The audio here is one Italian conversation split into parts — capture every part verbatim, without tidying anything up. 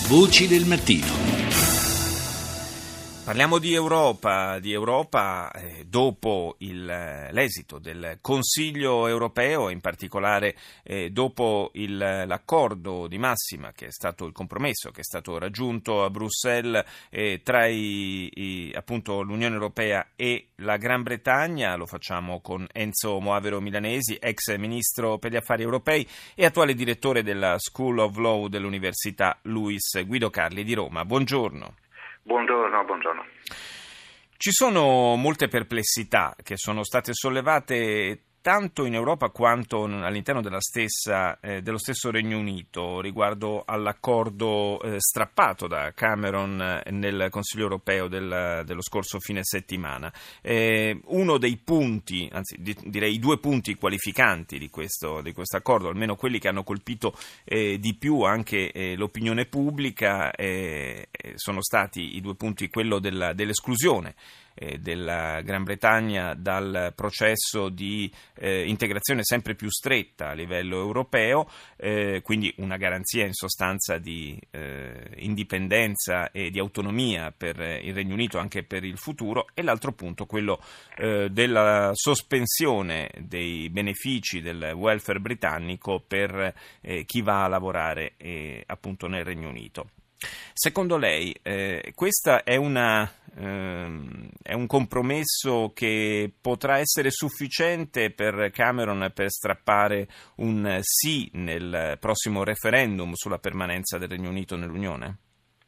Voci del mattino. Parliamo di Europa, di Europa eh, dopo il, l'esito del Consiglio europeo, in particolare eh, dopo il, l'accordo di massima che è stato il compromesso che è stato raggiunto a Bruxelles eh, tra i, i, appunto l'Unione Europea e la Gran Bretagna. Lo facciamo con Enzo Moavero Milanesi, ex ministro per gli affari europei e attuale direttore della School of Law dell'Università Luis Guido Carli di Roma. Buongiorno. Buongiorno, buongiorno. Ci sono molte perplessità che sono state sollevate tanto in Europa quanto all'interno della stessa, eh, dello stesso Regno Unito riguardo all'accordo eh, strappato da Cameron nel Consiglio europeo del, dello scorso fine settimana. Eh, uno dei punti, anzi di, direi i due punti qualificanti di questo, di questo accordo, almeno quelli che hanno colpito eh, di più anche eh, l'opinione pubblica, eh, sono stati i due punti, quello della, dell'esclusione della Gran Bretagna dal processo di eh, integrazione sempre più stretta a livello europeo, eh, quindi una garanzia in sostanza di eh, indipendenza e di autonomia per il Regno Unito anche per il futuro, e l'altro punto quello eh, della sospensione dei benefici del welfare britannico per eh, chi va a lavorare eh, appunto nel Regno Unito. Secondo lei eh, questa è una ehm, è un compromesso che potrà essere sufficiente per Cameron per strappare un sì nel prossimo referendum sulla permanenza del Regno Unito nell'Unione?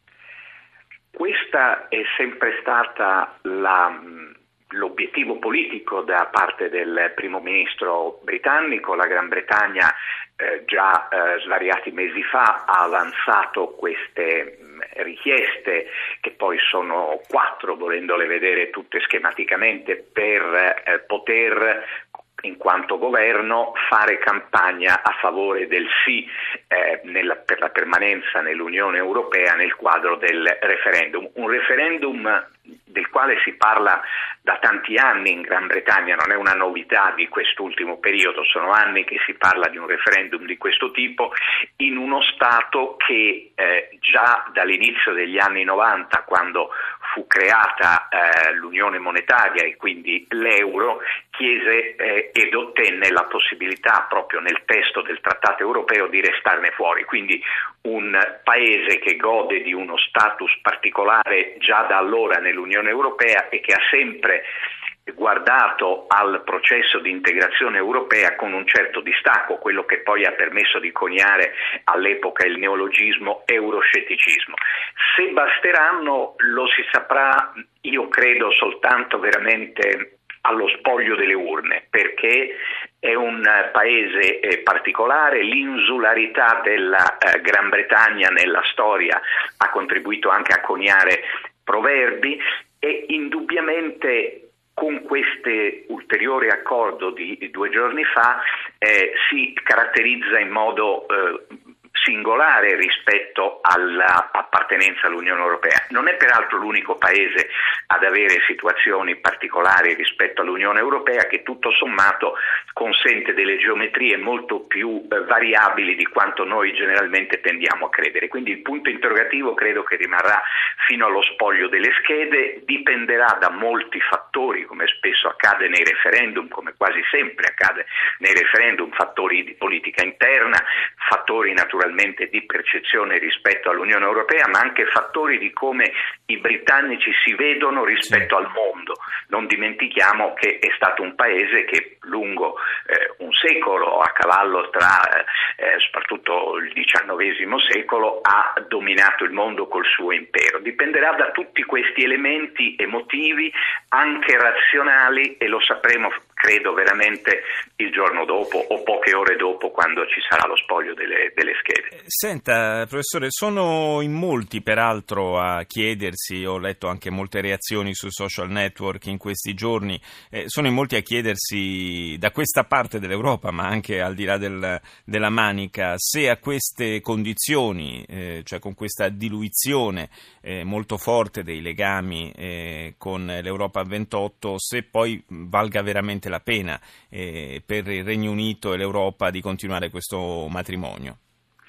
Questa è sempre stata la l'obiettivo politico da parte del primo ministro britannico. La Gran Bretagna eh, già eh, svariati mesi fa ha avanzato queste mh, richieste, che poi sono quattro, volendole vedere tutte schematicamente, per eh, poter in quanto governo fare campagna a favore del sì eh, nella, per la permanenza nell'Unione Europea nel quadro del referendum. Un referendum del quale si parla da tanti anni in Gran Bretagna, non è una novità di quest'ultimo periodo, sono anni che si parla di un referendum di questo tipo in uno Stato che eh, già dall'inizio degli anni novanta, quando fu creata eh, l'Unione Monetaria e quindi l'euro, chiese eh, ed ottenne la possibilità proprio nel testo del Trattato europeo di restarne fuori, quindi un paese che gode di uno status particolare già da allora nell'Unione Europea e che ha sempre guardato al processo di integrazione europea con un certo distacco, quello che poi ha permesso di coniare all'epoca il neologismo euroscetticismo. Se basteranno lo si saprà, io credo, soltanto veramente allo spoglio delle urne, perché è un paese eh, particolare, l'insularità della eh, Gran Bretagna nella storia ha contribuito anche a coniare proverbi e indubbiamente con questo ulteriore accordo di due giorni fa eh, si caratterizza in modo eh, singolare rispetto all'appartenenza all'Unione Europea. Non è peraltro l'unico paese ad avere situazioni particolari rispetto all'Unione Europea, che tutto sommato consente delle geometrie molto più eh, variabili di quanto noi generalmente tendiamo a credere. Quindi il punto interrogativo credo che rimarrà fino allo spoglio delle schede, dipenderà da molti fattori, come spesso accade nei referendum, come quasi sempre accade nei referendum, fattori di politica interna, fattori naturalmente di percezione rispetto all'Unione Europea, ma anche fattori di come i britannici si vedono rispetto sì. al mondo. Non dimentichiamo che è stato un paese che lungo eh, un secolo, a cavallo tra eh, soprattutto il diciannovesimo secolo, ha dominato il mondo col suo impero. Dipenderà da tutti questi elementi emotivi, anche razionali, e lo sapremo credo veramente il giorno dopo o poche ore dopo, quando ci sarà lo spoglio delle, delle schede. Senta, professore, sono in molti peraltro a chiedersi, ho letto anche molte reazioni sui social network in questi giorni, eh, sono in molti a chiedersi da questa parte dell'Europa, ma anche al di là del, della Manica, se a queste condizioni, eh, cioè con questa diluizione eh, molto forte dei legami eh, con l'Europa a ventotto, se poi valga veramente la pena eh, per il Regno Unito e l'Europa di continuare questo matrimonio.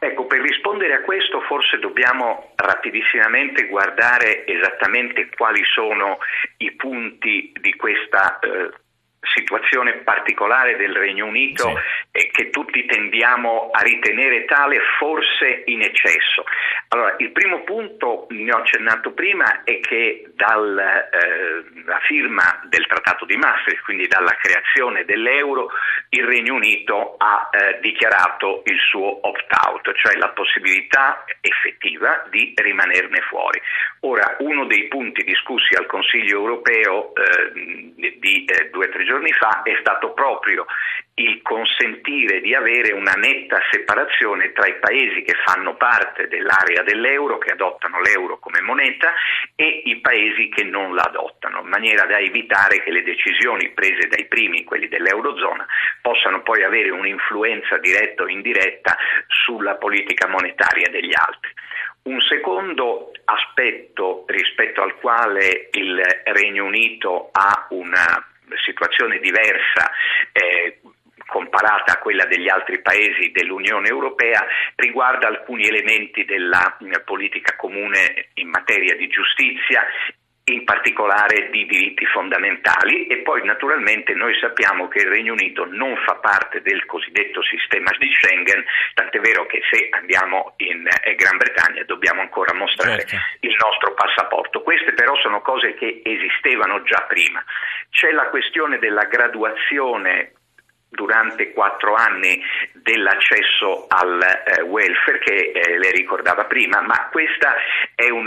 Ecco, per rispondere a questo forse dobbiamo rapidissimamente guardare esattamente quali sono i punti di questa eh, situazione particolare del Regno Unito, sì, e che tutti tendiamo a ritenere tale, forse in eccesso. Allora, il primo punto, ne ho accennato prima, è che dalla eh, firma del Trattato di Maastricht, quindi dalla creazione dell'euro, il Regno Unito ha eh, dichiarato il suo opt-out, cioè la possibilità effettiva di rimanerne fuori. Ora, uno dei punti discussi al Consiglio europeo eh, di eh, due o tre giorni fa è stato proprio il consentire di avere una netta separazione tra i paesi che fanno parte dell'area dell'euro, che adottano l'euro come moneta, e i paesi che non la adottano, in maniera da evitare che le decisioni prese dai primi, quelli dell'eurozona, possano poi avere un'influenza diretta o indiretta sulla politica monetaria degli altri. Un secondo aspetto rispetto al quale il Regno Unito ha una situazione diversa eh, comparata a quella degli altri paesi dell'Unione Europea riguarda alcuni elementi della eh, politica comune in materia di giustizia, in particolare di diritti fondamentali, e poi naturalmente noi sappiamo che il Regno Unito non fa parte del cosiddetto sistema di Schengen, tant'è vero che se andiamo in eh, Gran Bretagna dobbiamo ancora mostrare certo. il nostro passaporto. Queste però sono cose che esistevano già prima. C'è la questione della graduazione durante quattro anni dell'accesso al eh, welfare che eh, lei ricordava prima, ma questa è un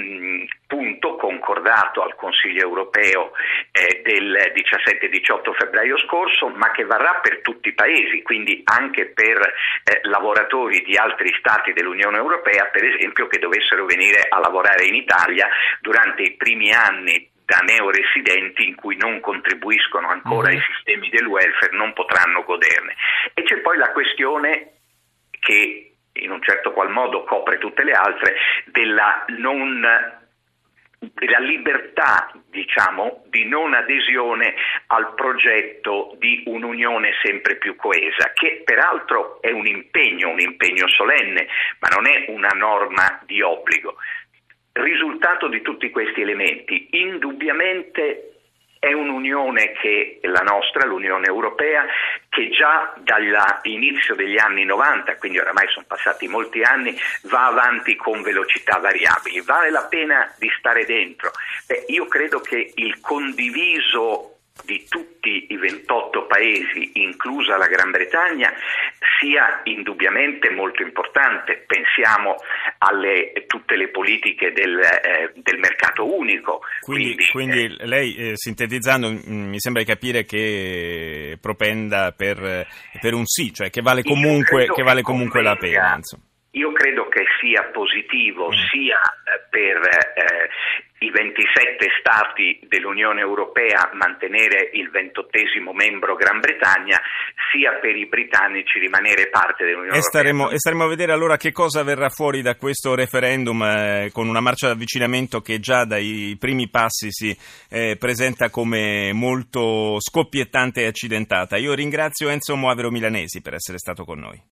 punto concordato al Consiglio europeo eh, del diciassette diciotto febbraio scorso, ma che varrà per tutti i paesi, quindi anche per eh, lavoratori di altri stati dell'Unione Europea, per esempio, che dovessero venire a lavorare in Italia durante i primi anni da neoresidenti in cui non contribuiscono ancora mm-hmm. ai sistemi del welfare, non potranno goderne. E c'è poi la questione che in un certo qual modo copre tutte le altre della non della libertà, diciamo, di non adesione al progetto di un'unione sempre più coesa, che peraltro è un impegno, un impegno solenne, ma non è una norma di obbligo. Risultato di tutti questi elementi, indubbiamente è un'unione che la nostra, l'Unione Europea, che già dall'inizio degli anni novanta, quindi oramai sono passati molti anni, va avanti con velocità variabili. Vale la pena di stare dentro? Beh, io credo che il condiviso di tutti i ventotto paesi, inclusa la Gran Bretagna, sia indubbiamente molto importante. Pensiamo alle tutte le politiche del, eh, del mercato unico. Quindi, quindi, quindi eh, lei, eh, sintetizzando, mh, mi sembra di capire che propenda per, per un sì, cioè che vale comunque, che vale comunque la pena. Insomma. Io credo che sia positivo mm. sia per eh, i ventisette stati dell'Unione Europea mantenere il ventottesimo membro Gran Bretagna, sia per i britannici rimanere parte dell'Unione e staremo, Europea. E staremo a vedere allora che cosa verrà fuori da questo referendum, eh, con una marcia d'avvicinamento che già dai primi passi si eh, presenta come molto scoppiettante e accidentata. Io ringrazio Enzo Moavero Milanesi per essere stato con noi.